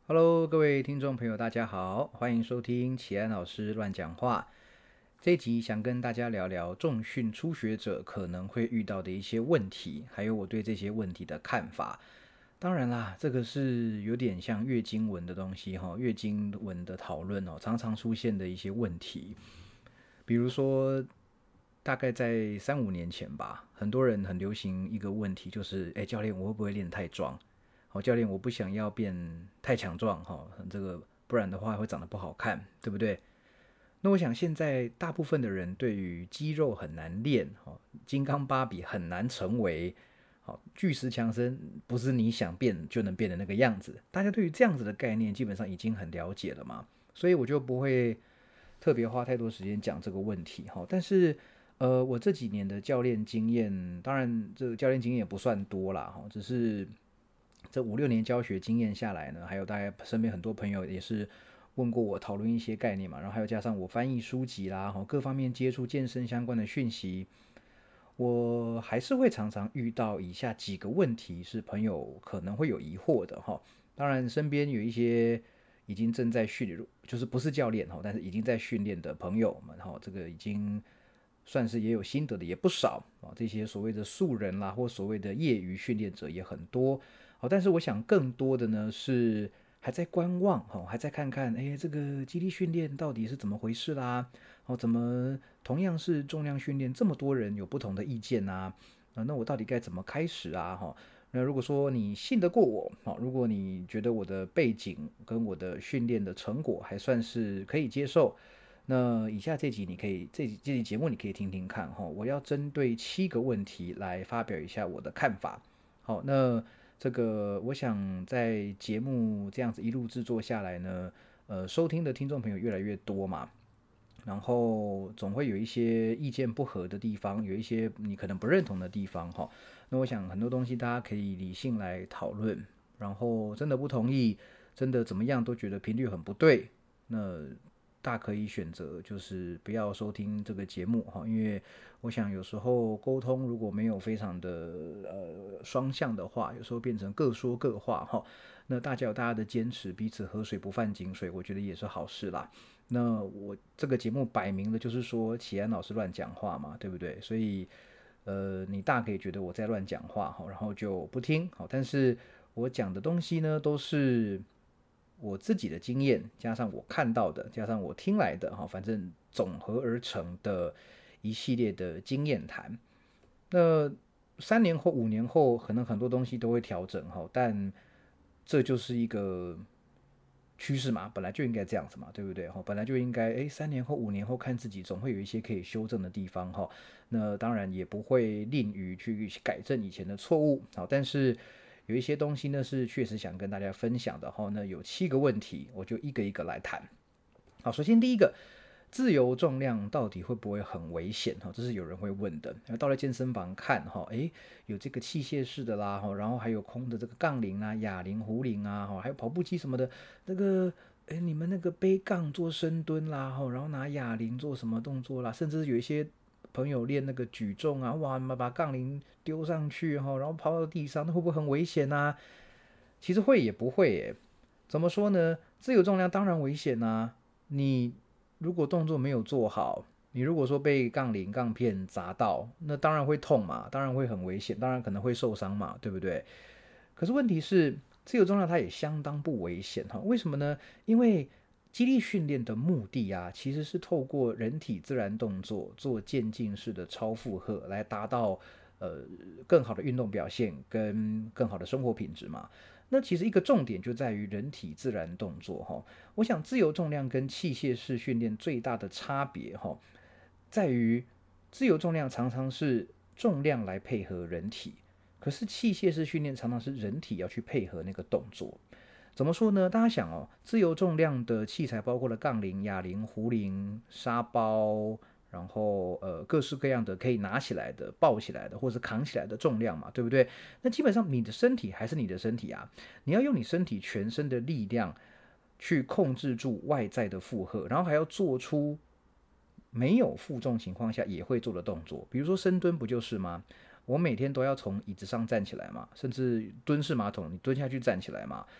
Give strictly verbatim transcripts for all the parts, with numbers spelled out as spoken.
Hello，各位听众朋友，大家好，欢迎收听启安老师乱讲话。这一集想跟大家聊聊重训初学者可能会遇到的一些问题，还有我对这些问题的看法。当然啦，这个是有点像月经文的东西哈，月经文的讨论哦，常常出现的一些问题。比如说，大概在三五年前吧，很多人很流行一个问题，就是哎，教练，我会不会练太壮？好，教练，我不想要变太强壮哈，这个不然的话会长得不好看，对不对？那我想现在大部分的人对于肌肉很难练，哈，金刚芭比很难成为，好，巨石强森不是你想变就能变的那个样子。大家对于这样子的概念基本上已经很了解了嘛，所以我就不会特别花太多时间讲这个问题哈。但是呃，我这几年的教练经验，当然这个教练经验也不算多啦，哈，只是这五六年教学经验下来呢，还有大概身边很多朋友也是问过我讨论一些概念嘛，然后还有加上我翻译书籍啦，各方面接触健身相关的讯息，我还是会常常遇到以下几个问题是朋友可能会有疑惑的哈。当然，身边有一些已经正在训练，就是不是教练哈，但是已经在训练的朋友们哈，这个已经算是也有心得的也不少啊。这些所谓的素人啦，或所谓的业余训练者也很多。好，但是我想更多的呢是还在观望，哈，还在看看，哎，这个肌力训练到底是怎么回事啦？哦，怎么同样是重量训练，这么多人有不同的意见啊？啊，那我到底该怎么开始啊？哈，那如果说你信得过我，好，如果你觉得我的背景跟我的训练的成果还算是可以接受，那以下这集你可以这这集节目你可以听听看哈。我要针对七个问题来发表一下我的看法。好，那这个我想在节目这样子一路制作下来呢，呃，收听的听众朋友越来越多嘛，然后总会有一些意见不合的地方，有一些你可能不认同的地方哈。那我想很多东西大家可以理性来讨论，然后真的不同意，真的怎么样都觉得频率很不对，那大可以选择就是不要收听这个节目哈，因为我想有时候沟通如果没有非常的呃双向的话，有时候变成各说各话哈。那大家有大家的坚持，彼此河水不犯井水，我觉得也是好事啦。那我这个节目摆明的就是说启安老师乱讲话嘛，对不对？所以呃，你大可以觉得我在乱讲话哈，然后就不听好。但是我讲的东西呢，都是我自己的经验，加上我看到的，加上我听来的哈，反正总和而成的一系列的经验谈。那三年后、五年后，可能很多东西都会调整哈，但这就是一个趋势嘛，本来就应该这样子嘛，对不对？哈，本来就应该，哎，三年后、五年后看自己，总会有一些可以修正的地方哈。那当然也不会吝于去改正以前的错误，好，但是有一些东西呢是确实想跟大家分享的哈。那有七个问题，我就一个一个来谈。好，首先第一个，自由重量到底会不会很危险？哈，这是有人会问的。到了健身房看，哈，诶，有这个器械式的啦，哈，然后还有空的这个杠铃啊、哑铃、壶铃啊，哈，还有跑步机什么的。那个，诶，你们那个背杠做深蹲啦，哈，然后拿哑铃做什么动作啦？甚至有一些朋友练那个举重啊，哇，把杠铃丢上去，哈，然后抛到地上，那会不会很危险啊？其实会也不会耶。怎么说呢？自由重量当然危险啊。你如果动作没有做好，你如果说被杠铃、杠片砸到，那当然会痛嘛，当然会很危险，当然可能会受伤嘛，对不对？可是问题是，自由重量它也相当不危险哈。为什么呢？因为肌力训练的目的啊，其实是透过人体自然动作做渐进式的超负荷，来达到呃更好的运动表现跟更好的生活品质嘛。那其实一个重点就在于人体自然动作哈。我想自由重量跟器械式训练最大的差别哈，在于自由重量常常是重量来配合人体，可是器械式训练常常是人体要去配合那个动作。怎么说呢？大家想哦，自由重量的器材包括了杠铃、哑铃、壶铃、沙包，然后呃各式各样的可以拿起来的、抱起来的或者扛起来的重量嘛，对不对？那基本上你的身体还是你的身体啊，你要用你身体全身的力量去控制住外在的负荷，然后还要做出没有负重情况下也会做的动作，比如说深蹲不就是吗？我每天都要从椅子上站起来嘛，甚至蹲式马桶，你蹲下去站起来嘛。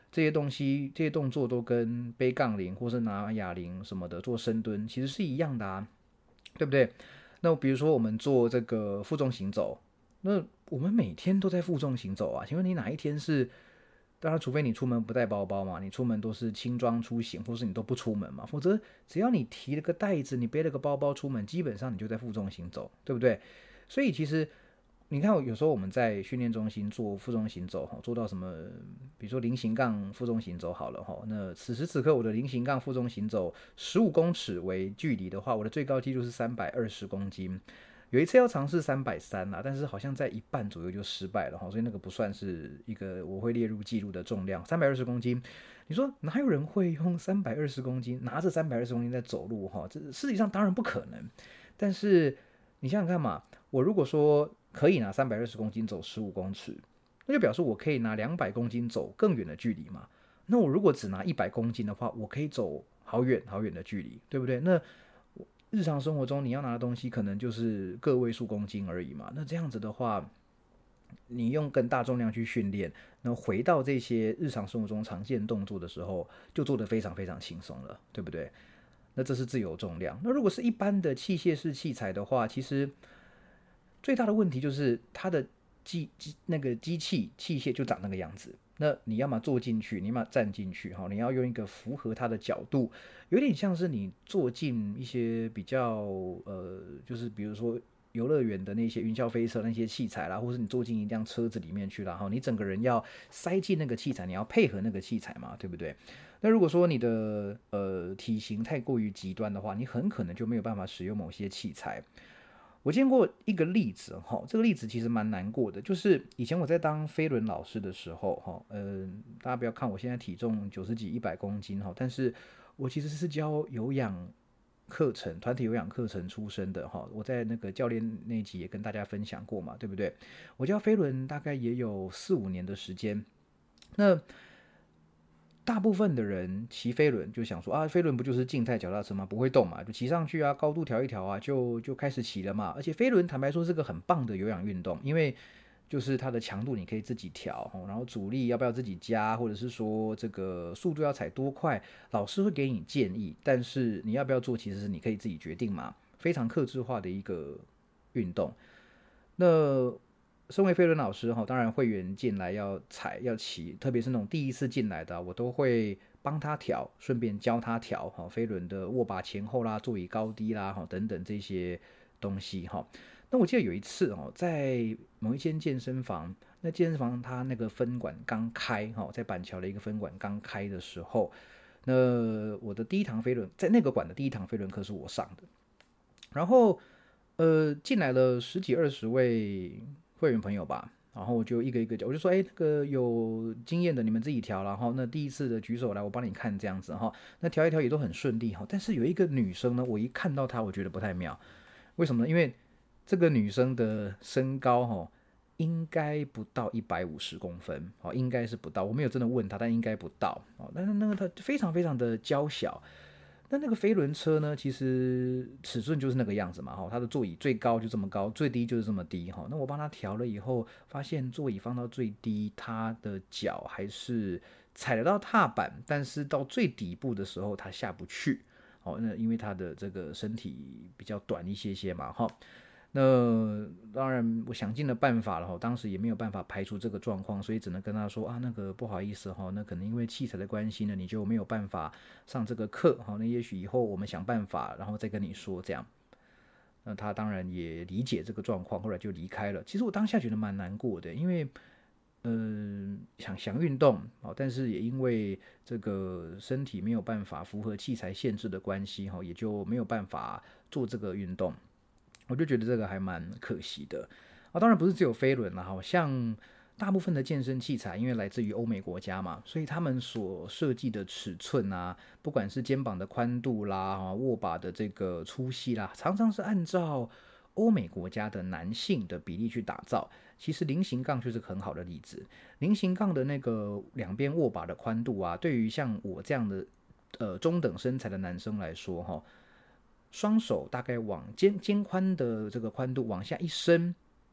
这些东西这些动作都跟背杠铃或是拿哑铃什么的做深蹲其实是一样的啊，对不对？那比如说我们做这个负重行走，那我们每天都在负重行走啊，请问你哪一天是？当然，除非你出门不带包包嘛，你出门都是轻装出行，或是你都不出门嘛，否则只要你提了个袋子，你背了个包包出门，基本上你就在负重行走，对不对？所以其实你看，有时候我们在训练中心做负重行走，做到什么，比如说菱形杠负重行走好了哈，那此时此刻我的菱形杠负重行走十五公尺为距离的话，我的最高纪录是三百二十公斤。有一次要尝试三百三啦，但是好像在一半左右就失败了哈，所以那个不算是一个我会列入记录的重量。三百二十公斤，你说哪有人会用三百二十公斤拿着三百二十公斤在走路哈？这实际上当然不可能。但是你想想看嘛，我如果说可以拿三百二十公斤走十五公尺，那就表示我可以拿两百公斤走更远的距离嘛。那我如果只拿一百公斤的话，我可以走好远好远的距离，对不对？那日常生活中你要拿的东西可能就是个位数公斤而已嘛，那这样子的话，你用更大重量去训练，那回到这些日常生活中常见动作的时候，就做得非常非常轻松了，对不对？那这是自由重量。那如果是一般的器械式器材的话，其实最大的问题就是它的机机那个机器器械就长那个样子。那你要么坐进去，你要么站进去，你要用一个符合它的角度，有点像是你坐进一些比较呃，就是比如说游乐园的那些云霄飞车那些器材啦，或是你坐进一辆车子里面去啦，然后你整个人要塞进那个器材，你要配合那个器材嘛，对不对？那如果说你的呃体型太过于极端的话，你很可能就没有办法使用某些器材。我见过一个例子哈，这个例子其实蛮难过的，就是以前我在当飞轮老师的时候哈，呃，大家不要看我现在体重九十几、一百公斤哈，但是我其实是教有氧课程、团体有氧课程出身的哈。我在那个教练那集也跟大家分享过嘛，对不对？我教飞轮大概也有四五年的时间，那大部分的人骑飞轮就想说啊，飞轮不就是静态脚踏车吗？不会动嘛，就骑上去啊，高度调一调啊，就就开始骑了嘛。而且飞轮坦白说是个很棒的有氧运动，因为就是它的强度你可以自己调，然后阻力要不要自己加，或者是说这个速度要踩多快，老师会给你建议，但是你要不要做其实是你可以自己决定嘛，非常客制化的一个运动。那身为飞轮老师，当然会员进来要踩要骑，特别是那种第一次进来的，我都会帮他调，顺便教他调飞轮的握把前后啦、座椅高低啦等等这些东西。那我记得有一次在某一间健身房，那健身房它那个分馆刚开，在板桥的一个分馆刚开的时候，那我的第一堂飞轮在那个馆的第一堂飞轮课是我上的，然后呃进来了十几二十位会员朋友吧，然后我就一个一个讲，我就说，哎，那个有经验的你们自己调，然后那第一次的举手来，我帮你看这样子哈，那调一调也都很顺利哈。但是有一个女生呢，我一看到她，我觉得不太妙，为什么呢？因为这个女生的身高哈，应该不到一百五十公分，哦，应该是不到，我没有真的问她，但应该不到哦。但是那个她非常非常的娇小。那那个飞轮车呢，其实尺寸就是那个样子嘛，它的座椅最高就这么高，最低就是这么低。那我帮他调了以后，发现座椅放到最低，他的脚还是踩得到踏板，但是到最底部的时候他下不去。那因为他的这个身体比较短一些些嘛，那当然我想尽了办法了，当时也没有办法排除这个状况，所以只能跟他说啊，那个不好意思，那可能因为器材的关系呢，你就没有办法上这个课，那也许以后我们想办法然后再跟你说这样。那他当然也理解这个状况，后来就离开了。其实我当下觉得蛮难过的，因为呃想想运动，但是也因为这个身体没有办法符合器材限制的关系，也就没有办法做这个运动。我就觉得这个还蛮可惜的啊，当然不是只有飞轮啦，好像大部分的健身器材因为来自于欧美国家嘛，所以他们所设计的尺寸啊，不管是肩膀的宽度啦、握把的这个粗细啦，常常是按照欧美国家的男性的比例去打造。其实菱形杠就是个很好的例子，菱形杠的那个两边握把的宽度啊，对于像我这样的呃中等身材的男生来说哈，双手大概往肩肩宽的这个宽度往下一伸，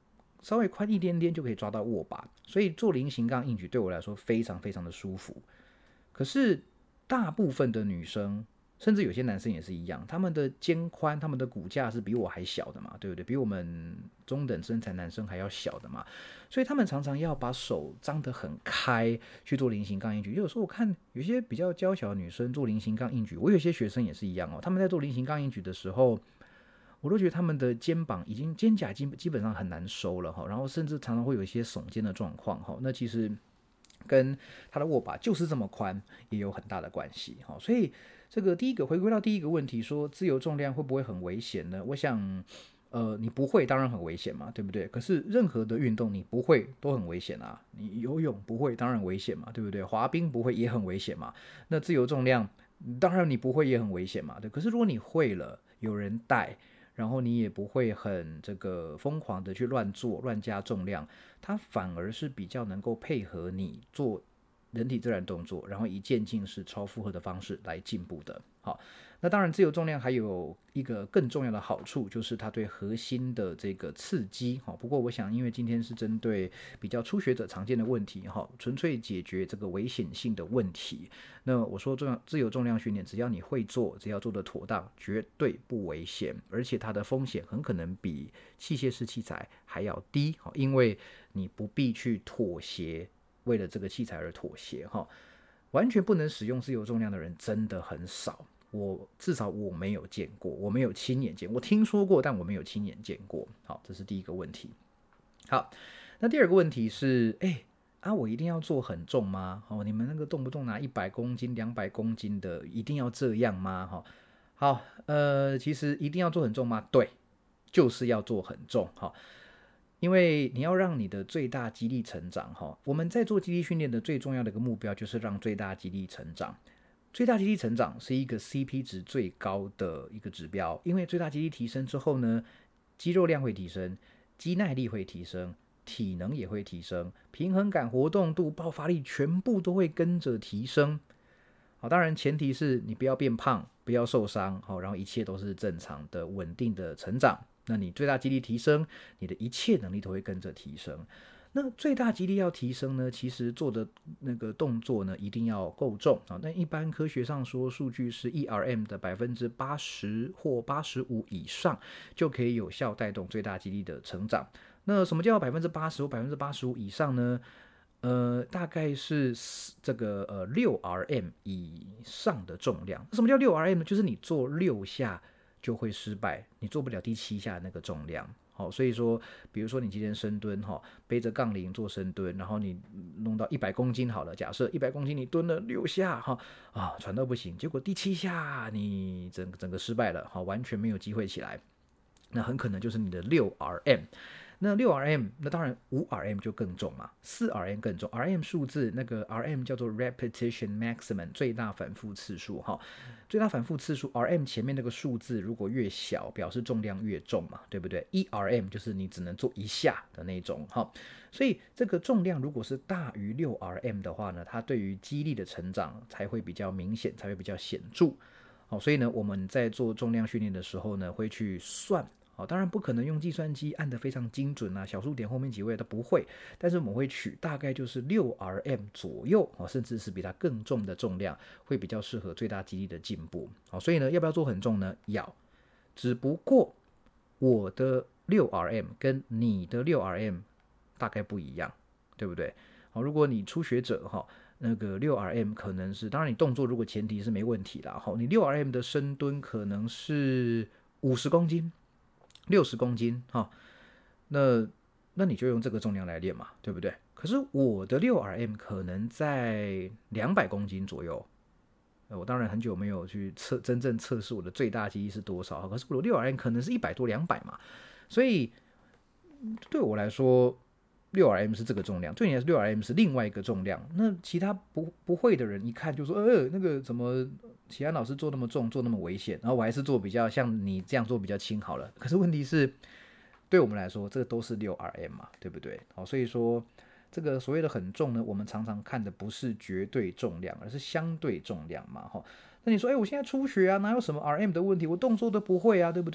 稍微宽一点点就可以抓到握把，所以做菱形杠硬举对我来说非常非常的舒服。可是大部分的女生，甚至有些男生也是一样，他们的肩宽，他们的骨架是比我还小的嘛，对不对？比我们中等身材男生还要小的嘛，所以他们常常要把手张得很开去做菱形杠硬举。有时候我看有些比较娇小的女生做菱形杠硬举，我有些学生也是一样哦，他们在做菱形杠硬举的时候，我都觉得他们的肩膀已经肩胛基基本上很难收了哈，然后甚至常常会有一些耸肩的状况哈，那其实跟他的握把就是这么宽也有很大的关系哈，所以这个第一个回归到第一个问题，说自由重量会不会很危险呢？我想，呃，你不会当然很危险嘛，对不对？可是任何的运动你不会都很危险啊，你游泳不会当然危险嘛，对不对？滑冰不会也很危险嘛，那自由重量当然你不会也很危险嘛，对。可是如果你会了，有人带。然后你也不会很这个疯狂的去乱做、乱加重量，它反而是比较能够配合你做人体自然动作，然后以渐进式超负荷的方式来进步的。好，那当然自由重量还有一个更重要的好处，就是它对核心的这个刺激。好，不过我想因为今天是针对比较初学者常见的问题，哈，纯粹解决这个危险性的问题。那我说重自由重量训练，只要你会做，只要做得妥当，绝对不危险，而且它的风险很可能比器械式器材还要低，因为你不必去妥协，为了这个器材而妥协哈。完全不能使用自由重量的人真的很少，我至少我没有见过，我没有亲眼见，我听说过，但我没有亲眼见过。好，这是第一个问题。好，那第二个问题是，哎。啊，我一定要做很重吗？哦，你们那个动不动拿一百公斤、两百公斤的，一定要这样吗？哈，好，呃，其实一定要做很重吗？对，就是要做很重，哈，因为你要让你的最大肌力成长，哈，我们在做肌力训练的最重要的一个目标就是让最大肌力成长。最大肌力成长是一个 C P 值最高的一个指标，因为最大肌力提升之后呢，肌肉量会提升，肌耐力会提升。体能也会提升，平衡感、活动度、爆发力全部都会跟着提升。好，当然前提是你不要变胖，不要受伤，好，然后一切都是正常的、稳定的成长。那你最大肌力提升，你的一切能力都会跟着提升。那最大肌力要提升呢，其实做的那个动作呢，一定要够重啊。那一般科学上说，数据是 E R M 的百分之八十或八十五以上，就可以有效带动最大肌力的成长。那什么叫百分之八十或百分之八十五以上呢？呃，大概是这个呃六 R M 以上的重量。什么叫六 R M 呢？就是你做六下就会失败，你做不了第七下那个重量。好，所以说，比如说你今天深蹲哈，背着杠铃做深蹲，然后你弄到一百公斤好了，假设一百公斤你蹲了六下哈，啊喘到不行，结果第七下你整整个失败了，好，完全没有机会起来，那很可能就是你的六 R M。那六 R M， 那当然五 R M 就更重嘛，四 R M 更重。R M 数字那个 R M 叫做 repetition maximum 最大反复次数哈，最大反复次数 R M 前面那个数字如果越小，表示重量越重嘛，对不对？一 R M 就是你只能做一下的那种哈，所以这个重量如果是大于六 R M 的话呢，它对于肌力的成长才会比较明显，才会比较显著。好，所以呢，我们在做重量训练的时候呢，会去算。好，当然不可能用计算机按得非常精准啊，小数点后面几位都不会，但是我们会取大概就是六 R M 左右，甚至是比它更重的重量，会比较适合最大肌力的进步。好，所以呢，要不要做很重呢？要，只不过我的六 R M 跟你的六 R M 大概不一样，对不对？好，如果你初学者哈，那个六 R M 可能是，当然你动作如果前提是没问题啦，好，你六 R M 的深蹲可能是五十公斤。六十公斤哈，那那你就用这个重量来练嘛，对不对？可是我的六 R M 可能在两百公斤左右，我当然很久没有去测真正测试我的最大肌力是多少，可是我的六 R M 可能是一百多两百嘛，所以对我来说六 R M 是这个重量，对你来说六 R M 是另外一个重量。那其他不不会的人一看就说，呃，那个怎么齐安老师做那么重，做那么危险，然后我还是做比较像你这样做比较轻好了。可是问题是，对我们来说，这个都是六 R M 嘛，对不对？好，所以说这个所谓的很重呢，我们常常看的不是绝对重量，而是相对重量嘛。哈，那你说，哎，我现在初学啊，哪有什么 R M 的问题？我动作都不会啊，对不对？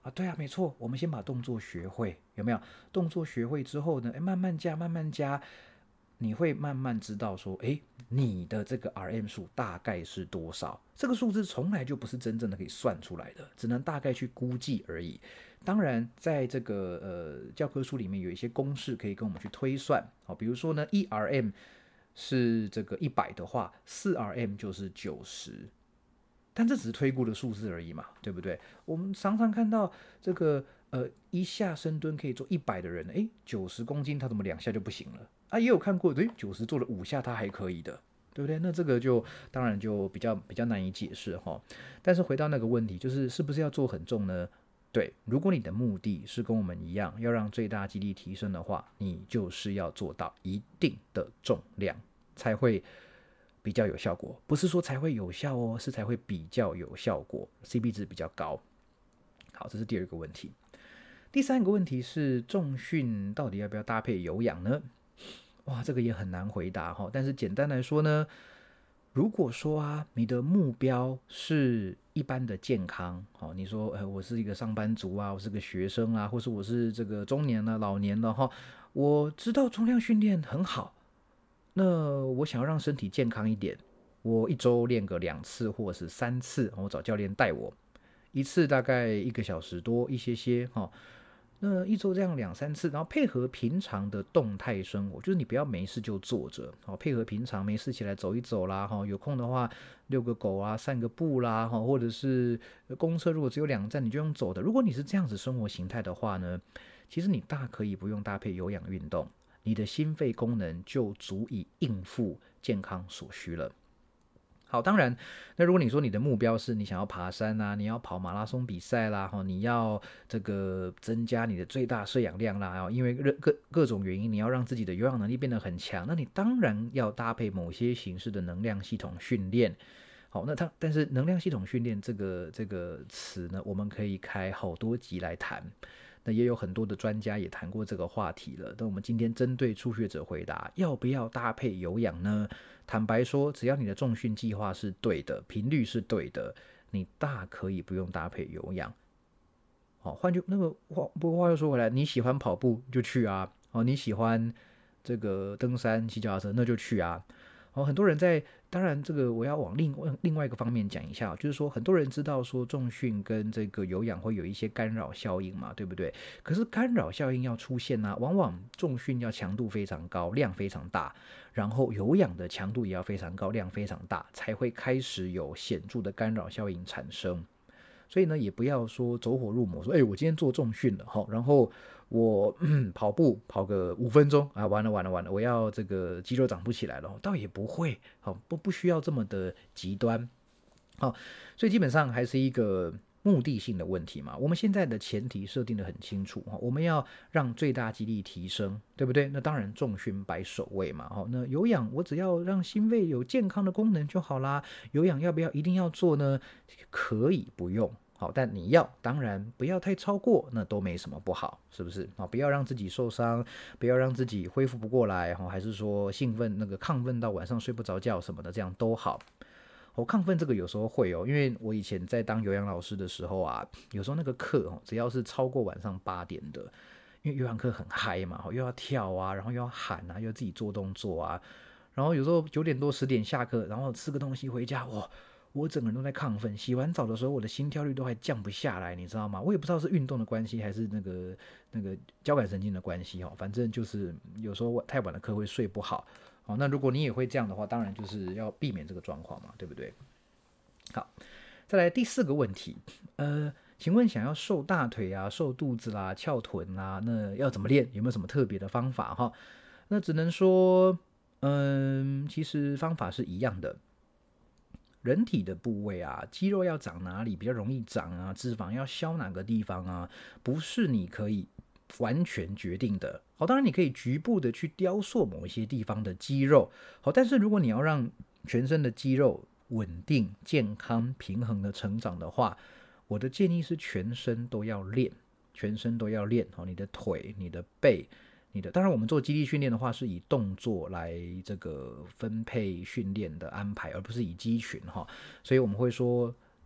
啊，对啊，没错，我们先把动作学会，有没有？动作学会之后呢，哎，慢慢加，慢慢加，你会慢慢知道说，哎，你的这个 R M 数大概是多少？这个数字从来就不是真正的可以算出来的，只能大概去估计而已。当然，在这个呃教科书里面有一些公式可以跟我们去推算，好，比如说呢，一 R M 是这个一百的话，四 R M 就是九十。但这只是推估的数字而已嘛，对不对？我们常常看到这个呃一下深蹲可以做一百的人，哎，九十公斤他怎么两下就不行了啊？也有看过，对，九十做了五下他还可以的，对不对？那这个就当然就比较比较难以解释哈。但是回到那个问题，就是是不是要做很重呢？对，如果你的目的是跟我们一样要让最大肌力提升的话，你就是要做到一定的重量才会比较有效果，不是说才会有效哦，是才会比较有效果 ，C P 值比较高。好，这是第二个问题。第三个问题是重训到底要不要搭配有氧呢？哇，这个也很难回答哈。但是简单来说呢，如果说啊，你的目标是一般的健康，好，你说，呃，我是一个上班族啊，我是个学生啊，或是我是这个中年了、老年了哈，我知道重量训练很好。那我想要让身体健康一点，我一周练个两次或者是三次，我找教练带我，一次大概一个小时多一些些哈。那一周这样两三次，然后配合平常的动态生活，就是你不要没事就坐着，好，配合平常没事起来走一走啦，哈，有空的话遛个狗啊，散个步啦，哈，或者是公车如果只有两站，你就用走的。如果你是这样子生活形态的话呢，其实你大可以不用搭配有氧运动。你的心肺功能就足以应付健康所需了。好，当然，那如果你说你的目标是你想要爬山啊，你要跑马拉松比赛啦，你要这个增加你的最大摄氧量啦，因为各各种原因，你要让自己的有氧能力变得很强，那你当然要搭配某些形式的能量系统训练。好，那它但是能量系统训练这个这个词呢，我们可以开好多集来谈。那也有很多的专家也谈过这个话题了。但我们今天针对初学者回答，要不要搭配有氧呢？坦白说，只要你的重训计划是对的，频率是对的，你大可以不用搭配有氧。好，换句那个话，不过话又说回来，你喜欢跑步就去啊。哦，你喜欢这个登山、骑脚踏车，那就去啊。哦，很多人在，当然这个我要往另外另外一个方面讲一下，就是说很多人知道说重训跟这个有氧会有一些干扰效应嘛，对不对？可是干扰效应要出现啊，往往重训要强度非常高，量非常大，然后有氧的强度也要非常高，量非常大，才会开始有显著的干扰效应产生。所以呢，也不要说走火入魔，说，哎，我今天做重训了，好，然后我、嗯、跑步跑个五分钟啊，完了完了完了，我要这个肌肉长不起来了，倒也不会，好，不不需要这么的极端，好，所以基本上还是一个目的性的问题嘛。我们现在的前提设定的很清楚，我们要让最大肌力提升，对不对？那当然重训摆首位嘛，好，那有氧我只要让心肺有健康的功能就好啦。有氧要不要一定要做呢？可以不用。好，但你要当然不要太超过，那都没什么不好，是不是？啊，不要让自己受伤，不要让自己恢复不过来，还是说兴奋那个亢奋到晚上睡不着觉什么的，这样都好。我、哦、亢奋这个有时候会哦，因为我以前在当有氧老师的时候啊，有时候那个课哦，只要是超过晚上八点的，因为有氧课很嗨嘛，又要跳啊，然后又要喊啊，又要自己做动作啊，然后有时候九点多十点下课，然后吃个东西回家，哇！我整个人都在亢奋，洗完澡的时候我的心跳率都还降不下来，你知道吗？我也不知道是运动的关系还是那个那个交感神经的关系哦，反正就是有时候太晚的课会睡不好。好，那如果你也会这样的话，当然就是要避免这个状况嘛，对不对？好，再来第四个问题，呃，请问想要瘦大腿啊、瘦肚子啦、翘臀啦，那要怎么练？有没有什么特别的方法哈？那只能说，嗯，其实方法是一样的。人体的部位啊，肌肉要长哪里比较容易长啊，脂肪要消哪个地方啊，不是你可以完全决定的。好，当然你可以局部的去雕塑某一些地方的肌肉，好，但是如果你要让全身的肌肉稳定、健康、平衡的成长的话，我的建议是全身都要练，全身都要练。好，你的腿、你的背。你的当然，我们做肌力训练的话，是以动作来这个分配训练的安排，而不是以肌群哈。所以我们会说，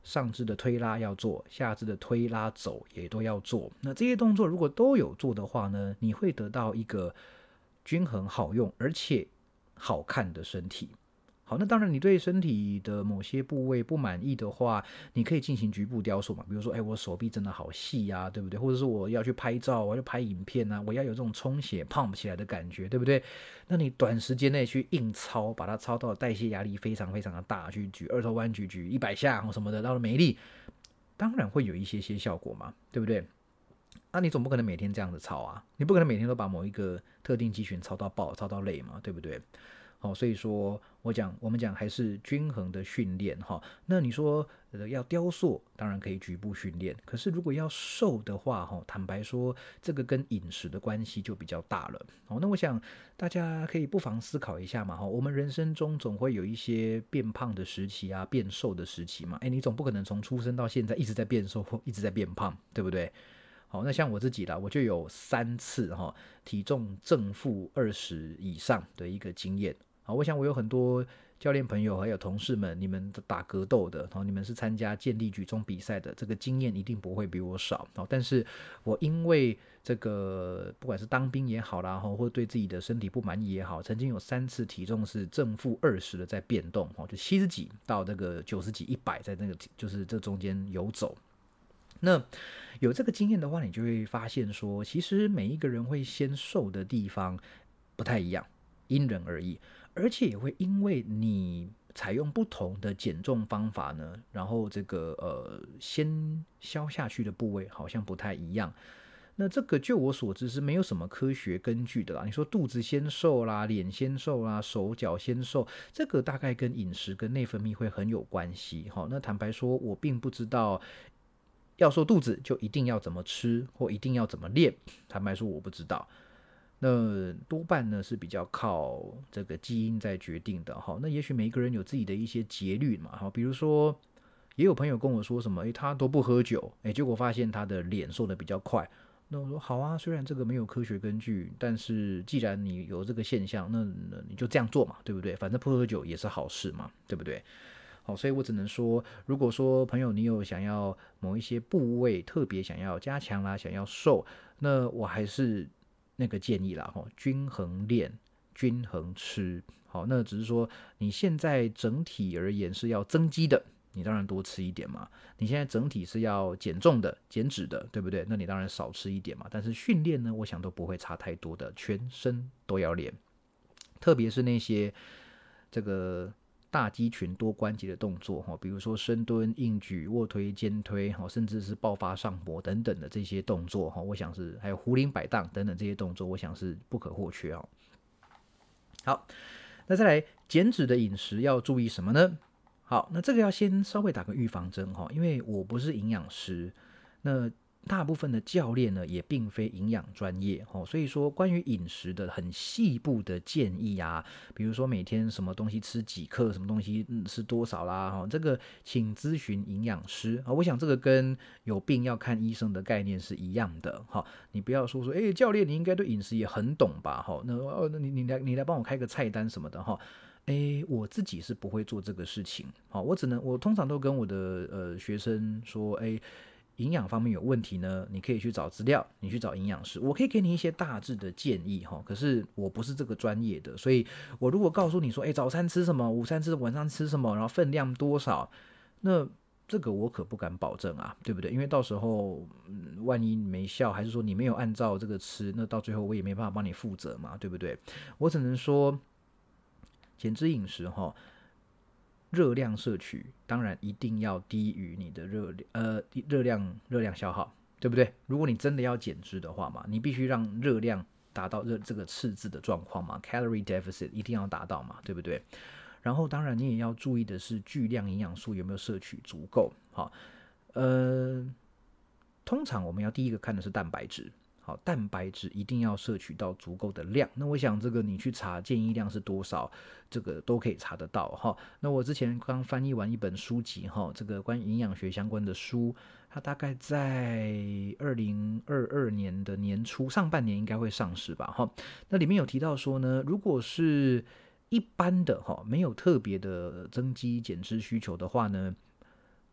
上肢的推拉要做，下肢的推拉走也都要做。那这些动作如果都有做的话呢，你会得到一个均衡好用而且好看的身体。好，那当然你对身体的某些部位不满意的话，你可以进行局部雕塑嘛，比如说哎，我手臂真的好细啊，对不对？或者是我要去拍照，我要拍影片啊，我要有这种充血 pump 起来的感觉，对不对？那你短时间内去硬操，把它操到代谢压力非常非常的大，去举二头弯举举一百下什么的，到了没力，当然会有一些些效果嘛，对不对？那、啊、你总不可能每天这样子操啊，你不可能每天都把某一个特定肌群操到爆，操到累嘛，对不对？好，所以说我讲，我们讲还是均衡的训练哈。那你说、呃、要雕塑，当然可以局部训练，可是如果要瘦的话哈，坦白说，这个跟饮食的关系就比较大了。好，那我想大家可以不妨思考一下嘛哈，我们人生中总会有一些变胖的时期啊，变瘦的时期嘛。哎，你总不可能从出生到现在一直在变瘦或一直在变胖，对不对？好，那像我自己啦，我就有三次哈体重正负二十以上的一个经验。好，我想我有很多教练朋友还有同事们，你们打格斗的，你们是参加健力举重比赛的，这个经验一定不会比我少。但是我因为这个不管是当兵也好啦，或对自己的身体不满意也好，曾经有三次体重是正负二十的在变动，就七十几到这个九十几、一百，在那个就是这中间游走。那有这个经验的话，你就会发现说，其实每一个人会先瘦的地方不太一样，因人而异，而且也会因为你采用不同的减重方法呢，然后这个呃先消下去的部位好像不太一样。那这个就我所知是没有什么科学根据的啦。你说肚子先瘦啦，脸先瘦啦，手脚先瘦，这个大概跟饮食跟内分泌会很有关系。好，那坦白说，我并不知道要瘦肚子就一定要怎么吃或一定要怎么练，坦白说我不知道。那多半呢是比较靠这个基因在决定的哈。那也许每一个人有自己的一些节律嘛哈，比如说也有朋友跟我说什么，诶，他都不喝酒，诶，结果发现他的脸瘦的比较快。那我说好啊，虽然这个没有科学根据，但是既然你有这个现象，那你就这样做嘛，对不对？反正不喝酒也是好事嘛，对不对？好，所以我只能说，如果说朋友你有想要某一些部位特别想要加强啦，想要瘦，那我还是那个建议啦，均衡练，均衡吃。好，那只是说你现在整体而言是要增肌的，你当然多吃一点嘛。你现在整体是要减重的、减脂的，对不对？那你当然少吃一点嘛。但是训练呢，我想都不会差太多的，全身都要练，特别是那些这个大肌群多关节的动作，比如说深蹲、硬举、卧推、肩推，甚至是爆发上搏等等的这些动作，我想是还有壶铃摆荡等等这些动作，我想是不可或缺。好，那再来减脂的饮食要注意什么呢？好，那这个要先稍微打个预防针，因为我不是营养师，那大部分的教练呢也并非营养专业，所以说关于饮食的很细部的建议啊，比如说每天什么东西吃几克，什么东西吃多少啦，这个请咨询营养师。我想这个跟有病要看医生的概念是一样的，你不要说说哎，教练你应该对饮食也很懂吧，那你你来你来帮我开个菜单什么的哈。诶，我自己是不会做这个事情，好，我只能我通常都跟我的呃学生说，诶，营养方面有问题呢，你可以去找资料，你去找营养师，我可以给你一些大致的建议哈。可是我不是这个专业的，所以我如果告诉你说，诶，早餐吃什么，午餐吃，晚上吃什么，然后分量多少，那这个我可不敢保证啊，对不对？因为到时候、嗯、万一没效，还是说你没有按照这个吃，那到最后我也没办法帮你负责嘛，对不对？我只能说。减脂饮食哈，热量摄取当然一定要低于你的热呃热量热量消耗，对不对？如果你真的要减脂的话嘛，你必须让热量达到热这个赤字的状况嘛 ，calorie deficit 一定要达到嘛，对不对？然后当然你也要注意的是巨量营养素有没有摄取足够。好，呃，通常我们要第一个看的是蛋白质。好，蛋白质一定要摄取到足够的量。那我想这个你去查建议量是多少，这个都可以查得到哈。那我之前刚翻译完一本书籍哈，这个关于营养学相关的书，它大概在二零二二年的年初上半年应该会上市吧哈。那里面有提到说呢，如果是一般的哈，没有特别的增肌减脂需求的话呢。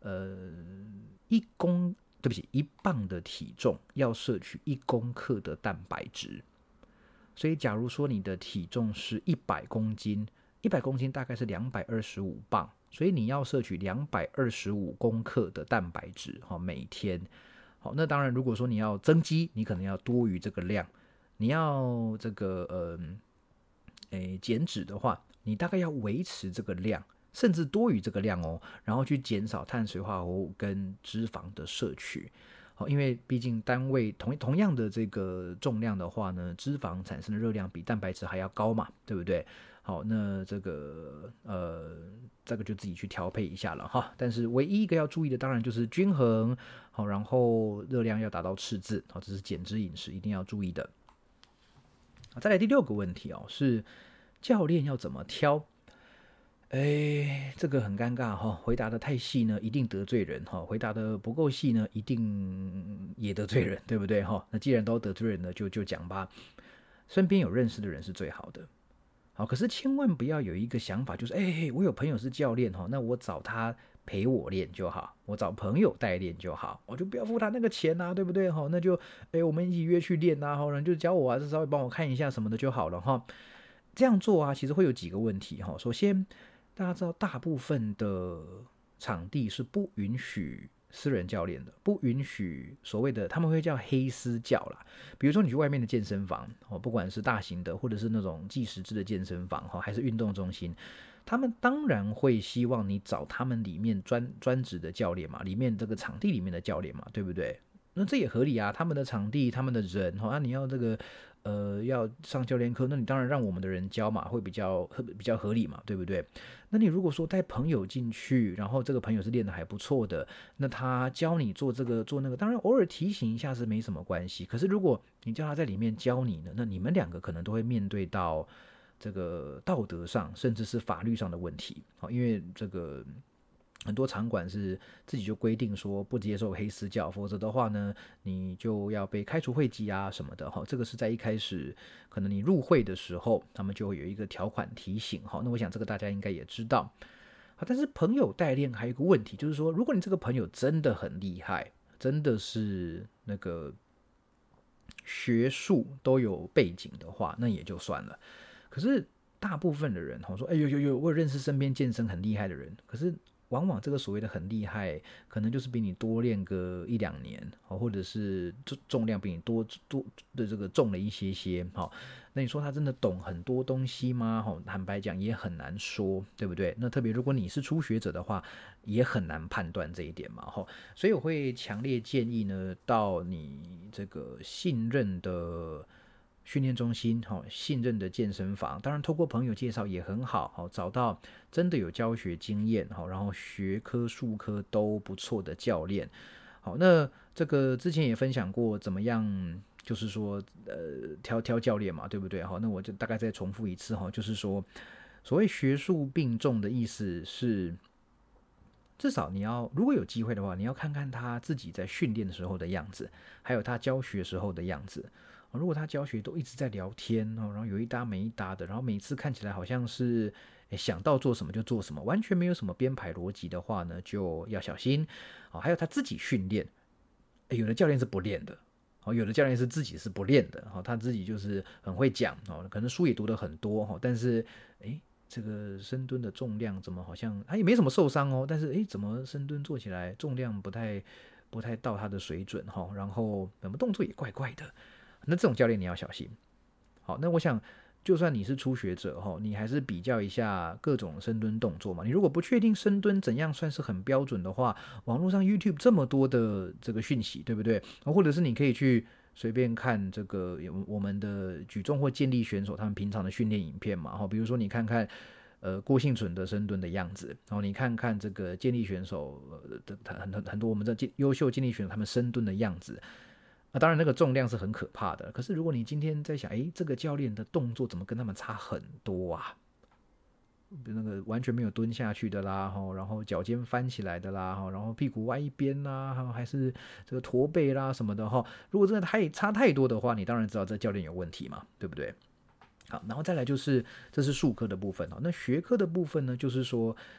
呃一公对不起一磅的体重要摄取一公克的蛋白质。所以假如说你的体重是一百公斤，一百公斤大概是两百二十五磅，所以你要摄取两百二十五公克的蛋白质，每天。好，那当然如果说你要增肌，你可能要多于这个量。你要这个呃诶减脂的话，你大概要维持这个量，甚至多于这个量哦，然后去减少碳水化合物跟脂肪的摄取。好，因为毕竟单位同同样的这个重量的话呢，脂肪产生的热量比蛋白质还要高嘛，对不对？好，那这个呃，这个就自己去调配一下了哈。但是唯一一个要注意的，当然就是均衡，好，然后热量要达到赤字，好，这是减脂饮食一定要注意的。再来第六个问题哦，是教练要怎么挑？哎，这个很尴尬哈、哦，回答的太细呢，一定得罪人哈、哦；回答的不够细呢，一定也得罪人，对不对哈、哦？那既然都得罪人了，就就讲吧。身边有认识的人是最好的。好，可是千万不要有一个想法，就是哎，我有朋友是教练哈，那我找他陪我练就好，我找朋友代练就好，我就不要付他那个钱啊，对不对哈？那就哎，我们一起约去练啊，然后就教我啊，稍微帮我看一下什么的就好了哈。这样做啊，其实会有几个问题哈。首先，大家知道大部分的场地是不允许私人教练的，不允许所谓的他们会叫黑私教啦。比如说你去外面的健身房，不管是大型的或者是那种计时制的健身房，还是运动中心，他们当然会希望你找他们里面专专职的教练嘛，里面这个场地里面的教练嘛，对不对？那这也合理啊，他们的场地，他们的人，啊，你要这个呃要上教练课，那你当然让我们的人教嘛，会比较比较合理嘛，对不对？那你如果说带朋友进去，然后这个朋友是练得还不错的，那他教你做这个做那个，当然偶尔提醒一下是没什么关系。可是如果你叫他在里面教你呢，那你们两个可能都会面对到这个道德上甚至是法律上的问题，因为这个很多场馆是自己就规定说不接受黑私教，否则的话呢，你就要被开除会籍啊什么的。这个是在一开始可能你入会的时候，他们就会有一个条款提醒。那我想这个大家应该也知道。但是朋友代练还有一个问题，就是说，如果你这个朋友真的很厉害，真的是那个学术都有背景的话，那也就算了。可是大部分的人说，哎呦呦呦，我有认识身边健身很厉害的人，可是往往这个所谓的很厉害，可能就是比你多练个一两年，或者是重量比你多多的这个重了一些些。那你说他真的懂很多东西吗？坦白讲也很难说，对不对？那特别如果你是初学者的话，也很难判断这一点嘛。所以我会强烈建议呢，到你这个信任的训练中心，信任的健身房，当然透过朋友介绍也很好，找到真的有教学经验，然后学科术科都不错的教练。好，那这个之前也分享过怎么样，就是说呃挑挑教练嘛，对不对？好，那我就大概再重复一次，就是说所谓学术并重的意思是，至少你要如果有机会的话，你要看看他自己在训练的时候的样子，还有他教学时候的样子。如果他教学都一直在聊天，然后有一搭没一搭的，然后每次看起来好像是想到做什么就做什么，完全没有什么编排逻辑的话呢，就要小心。还有他自己训练，有的教练是不练的，有的教练是自己是不练的，他自己就是很会讲，可能书也读得很多，但是诶这个深蹲的重量怎么好像他也没什么受伤哦，但是诶怎么深蹲做起来重量不太不太到他的水准，然后什么动作也怪怪的。那这种教练你要小心。好，那我想就算你是初学者，你还是比较一下各种深蹲动作嘛。你如果不确定深蹲怎样算是很标准的话，网络上 YouTube 这么多的这个讯息，对不对？或者是你可以去随便看这个我们的举重或健力选手他们平常的训练影片嘛。比如说你看看呃郭婞淳的深蹲的样子，然后你看看这个健力选手的很很多我们的优秀健力选手他们深蹲的样子。啊，当然那个重量是很可怕的，可是如果你今天在想，哎，这个教练的动作怎么跟他们差很多啊？那个完全没有蹲下去的啦，然后脚尖翻起来的啦，然后屁股歪一边啦，还是这个驼背啦什么的哈。如果真的太差太多的话，你当然知道这教练有问题嘛，对不对？好，然后再来就是这是术科的部分，那学科的部分呢，就是说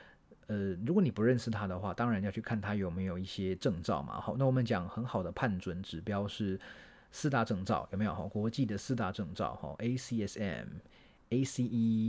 呃，如果你不认识他的话，当然要去看他有没有一些证照嘛。好，那我们讲很好的判准指标是四大证照，有没有？国际的四大证照 ，A C S M、A C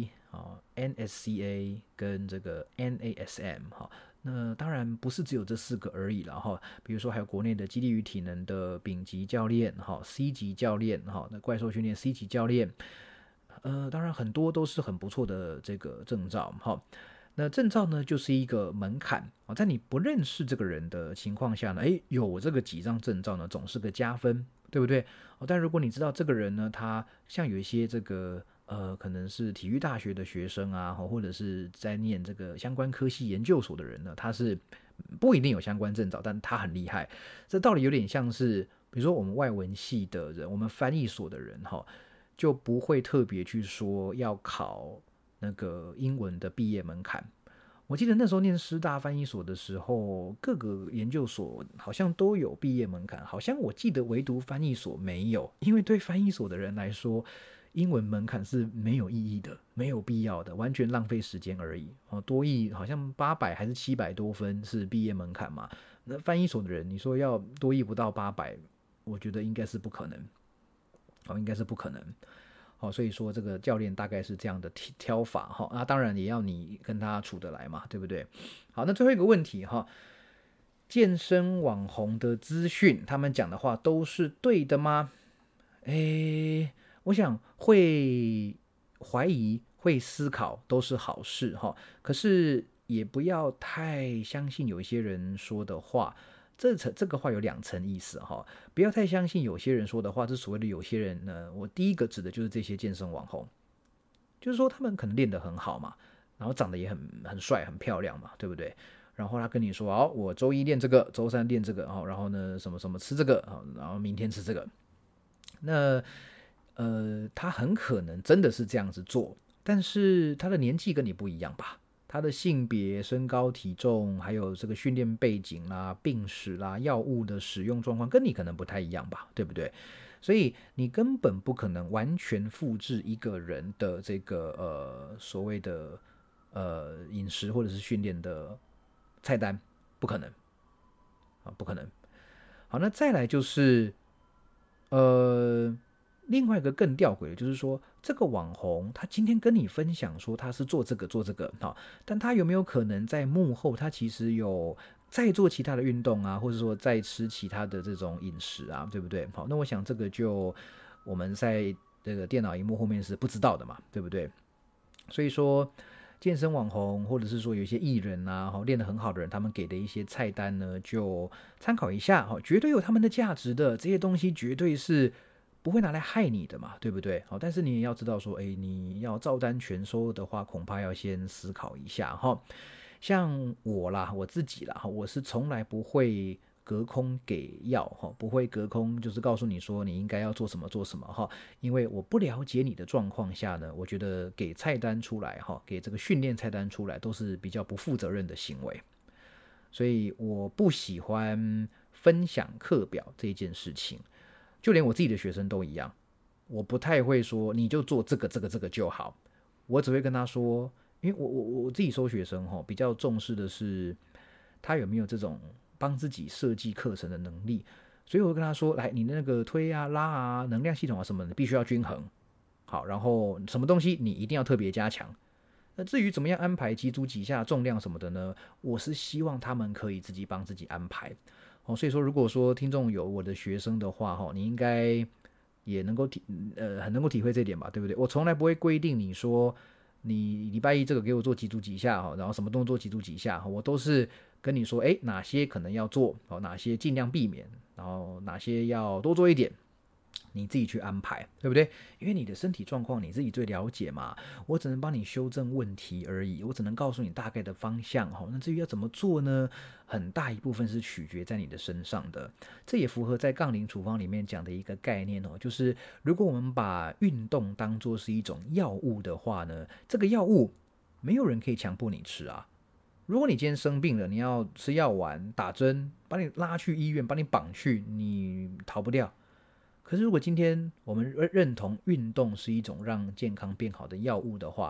E、N S C A 跟这个 N A S M 哈。那当然不是只有这四个而已了哈，比如说还有国内的肌力与体能的丙级教练哈、C 级教练哈，那怪兽训练 C 级教练，呃，当然很多都是很不错的这个证照哈。那证照呢，就是一个门槛啊，在你不认识这个人的情况下呢，诶，有这个几张证照呢，总是个加分，对不对？但如果你知道这个人呢，他像有一些这个呃，可能是体育大学的学生啊，或者是在念这个相关科系研究所的人呢，他是不一定有相关证照，但他很厉害。这道理有点像是，比如说我们外文系的人，我们翻译所的人哈，就不会特别去说要考那个英文的毕业门槛。我记得那时候念师大翻译所的时候，各个研究所好像都有毕业门槛，好像我记得唯独翻译所没有，因为对翻译所的人来说，英文门槛是没有意义的，没有必要的，完全浪费时间而已。哦，多益好像八百还是七百多分是毕业门槛嘛？那翻译所的人，你说要多益不到八百，我觉得应该是不可能，哦，应该是不可能。哦，所以说这个教练大概是这样的挑法哈，那当然也要你跟他处得来嘛，对不对？好，那最后一个问题哈，健身网红的资讯，他们讲的话都是对的吗？诶，我想会怀疑、会思考都是好事哈，可是也不要太相信有一些人说的话。这层这个话有两层意思哈，不要太相信有些人说的话。这所谓的有些人呢，我第一个指的就是这些健身网红，就是说他们可能练得很好嘛，然后长得也很很帅、很漂亮嘛，对不对？然后他跟你说，哦，我周一练这个，周三练这个，然后呢，什么什么吃这个，然后明天吃这个。那呃，他很可能真的是这样子做，但是他的年纪跟你不一样吧？他的性别、身高、体重，还有这个训练背景啦、病史啦、药物的使用状况，跟你可能不太一样吧，对不对？所以你根本不可能完全复制一个人的这个呃所谓的呃饮食或者是训练的菜单，不可能啊，不可能。好，那再来就是呃。另外一个更吊诡的就是说，这个网红他今天跟你分享说他是做这个做这个，但他有没有可能在幕后他其实有在做其他的运动啊，或者说在吃其他的这种饮食啊，对不对？好，那我想这个就我们在这个电脑荧幕后面是不知道的嘛，对不对？所以说健身网红或者是说有一些艺人啊，练得很好的人，他们给的一些菜单呢，就参考一下，绝对有他们的价值的，这些东西绝对是不会拿来害你的嘛，对不对？好，但是你也要知道说，哎，你要照单全收的话，恐怕要先思考一下哈。像我啦，我自己啦，我是从来不会隔空给药哈，不会隔空就是告诉你说你应该要做什么做什么哈，因为我不了解你的状况下呢，我觉得给菜单出来哈，给这个训练菜单出来都是比较不负责任的行为，所以我不喜欢分享课表这件事情。就连我自己的学生都一样，我不太会说你就做这个这个这个就好，我只会跟他说，因为我我我自己收学生比较重视的是他有没有这种帮自己设计课程的能力，所以我会跟他说，来，你那个推啊拉啊能量系统啊什么的必须要均衡，好，然后什么东西你一定要特别加强。那至于怎么样安排几组几下重量什么的呢，我是希望他们可以自己帮自己安排。哦，所以说，如果说听众有我的学生的话，哈，你应该也能够体呃很能够体会这点吧，对不对？我从来不会规定你说你礼拜一这个给我做几组几下哈，然后什么动作几组几下，我都是跟你说，哎，哪些可能要做，哦，哪些尽量避免，然后哪些要多做一点。你自己去安排，对不对？因为你的身体状况你自己最了解嘛，我只能帮你修正问题而已，我只能告诉你大概的方向。那至于要怎么做呢？很大一部分是取决在你的身上的。这也符合在杠铃处方里面讲的一个概念哦，就是如果我们把运动当作是一种药物的话呢，这个药物没有人可以强迫你吃啊。如果你今天生病了，你要吃药丸、打针，把你拉去医院，把你绑去，你逃不掉。可是如果今天我们认同运动是一种让健康变好的药物的话，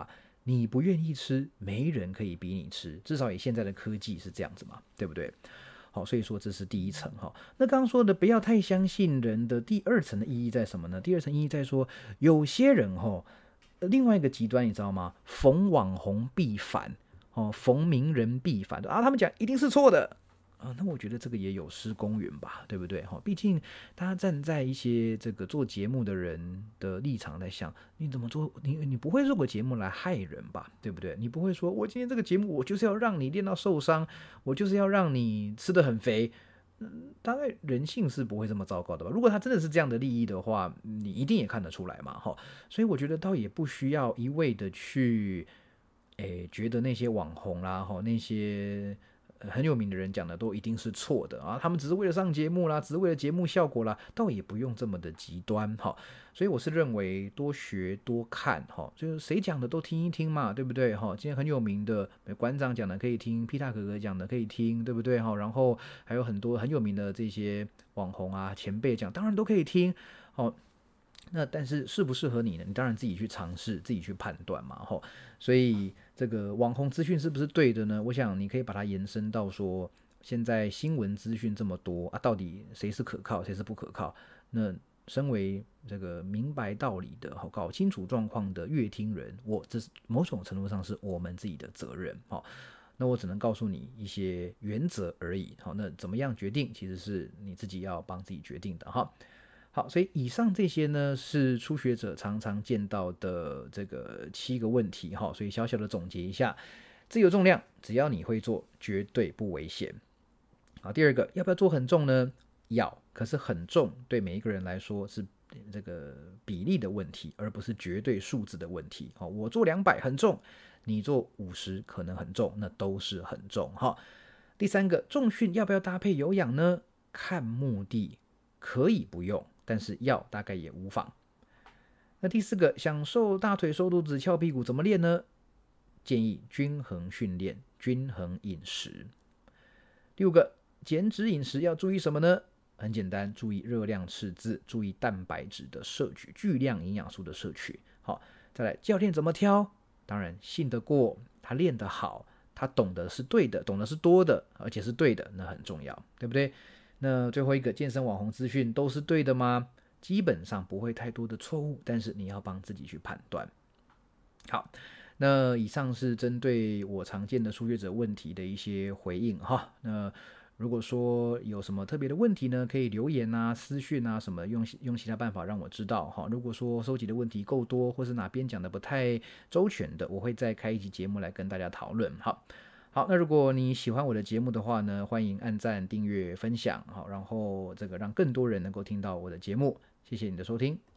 你不愿意吃，没人可以逼你吃，至少以现在的科技是这样子嘛，对不对？好，所以说这是第一层哈。那刚刚说的不要太相信人的第二层的意义在什么呢？第二层意义在说，有些人哈，另外一个极端你知道吗？逢网红必反，哦，逢名人必反啊，他们讲一定是错的。啊，那我觉得这个也有失公允吧，对不对？哈，毕竟大家站在一些这个做节目的人的立场来想，你怎么做？你你不会做个节目来害人吧，对不对？你不会说我今天这个节目我就是要让你练到受伤，我就是要让你吃得很肥。嗯，大概人性是不会这么糟糕的吧？如果他真的是这样的利益的话，你一定也看得出来嘛，哈。所以我觉得倒也不需要一味的去，诶，觉得那些网红啦，哈，那些。很有名的人讲的都一定是错的啊，他们只是为了上节目啦，只是为了节目效果啦，倒也不用这么的极端哈。所以我是认为多学多看哈，就是谁讲的都听一听嘛，对不对哈？今天很有名的馆长讲的可以听，皮塔哥哥讲的可以听，对不对哈？然后还有很多很有名的这些网红啊前辈讲，当然都可以听哦。那但是适不适合你呢？你当然自己去尝试，自己去判断嘛，吼。所以这个网红资讯是不是对的呢？我想你可以把它延伸到说，现在新闻资讯这么多啊，到底谁是可靠，谁是不可靠？那身为这个明白道理的、搞清楚状况的乐听人，我这是某种程度上是我们自己的责任，好。那我只能告诉你一些原则而已，好。那怎么样决定，其实是你自己要帮自己决定的，哈。好，所以以上这些呢是初学者常常见到的这个七个问题哈，所以小小的总结一下，自由重量只要你会做，绝对不危险。好，第二个要不要做很重呢？要，可是很重对每一个人来说是这个比例的问题，而不是绝对数字的问题。好，我做两百很重，你做五十可能很重，那都是很重哈。第三个，重训要不要搭配有氧呢？看目的，可以不用。但是要大概也无妨。那第四个，想瘦大腿、瘦肚子、翘屁股怎么练呢？建议均衡训练，均衡饮食。第五个，减脂饮食要注意什么呢？很简单，注意热量赤字，注意蛋白质的摄取，巨量营养素的摄取。好，再来，教练怎么挑？当然，信得过，他练得好，他懂得是对的，懂得是多的，而且是对的，那很重要，对不对？那最后一个，健身网红资讯都是对的吗？基本上不会太多的错误，但是你要帮自己去判断。好，那以上是针对我常见的初学者问题的一些回应哈。那如果说有什么特别的问题呢，可以留言啊、私讯啊什么，用用其他办法让我知道哈。如果说收集的问题够多，或是哪边讲的不太周全的，我会再开一集节目来跟大家讨论。好。好，那如果你喜欢我的节目的话呢，欢迎按赞、订阅、分享，好，然后这个让更多人能够听到我的节目。谢谢你的收听。